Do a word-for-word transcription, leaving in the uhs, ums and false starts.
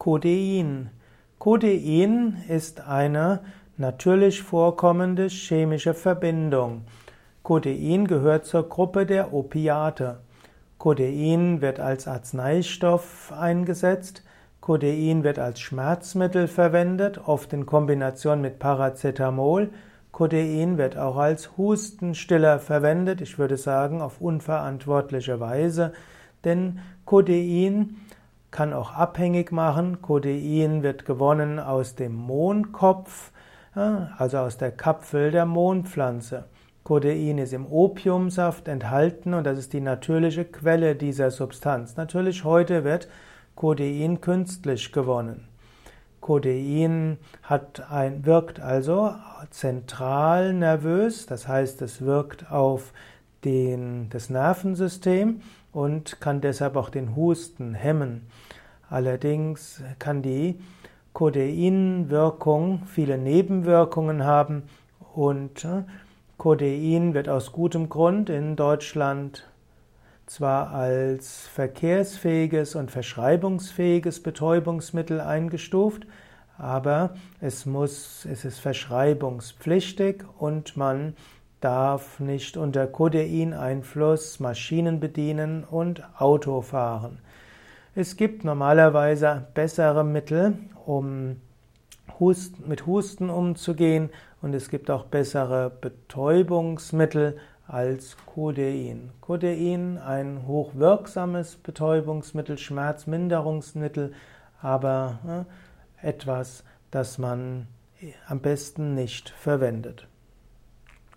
Codein. Codein ist eine natürlich vorkommende chemische Verbindung. Codein gehört zur Gruppe der Opiate. Codein wird als Arzneistoff eingesetzt. Codein wird als Schmerzmittel verwendet, oft in Kombination mit Paracetamol. Codein wird auch als Hustenstiller verwendet, ich würde sagen auf unverantwortliche Weise, denn Codein kann auch abhängig machen. Codein wird gewonnen aus dem Mohnkopf, also aus der Kapsel der Mohnpflanze. Codein ist im Opiumsaft enthalten und das ist die natürliche Quelle dieser Substanz. Natürlich heute wird Codein künstlich gewonnen. Codein hat ein, wirkt also zentral nervös, das heißt, es wirkt auf den, das Nervensystem und kann deshalb auch den Husten hemmen. Allerdings kann die Codein-Wirkung viele Nebenwirkungen haben und Codein wird aus gutem Grund in Deutschland zwar als verkehrsfähiges und verschreibungsfähiges Betäubungsmittel eingestuft, aber es muss, es ist verschreibungspflichtig und man darf nicht unter Codein-Einfluss Maschinen bedienen und Auto fahren. Es gibt normalerweise bessere Mittel, um Husten, mit Husten umzugehen, und es gibt auch bessere Betäubungsmittel als Codein. Codein, ein hochwirksames Betäubungsmittel, Schmerzminderungsmittel, aber äh, etwas, das man am besten nicht verwendet.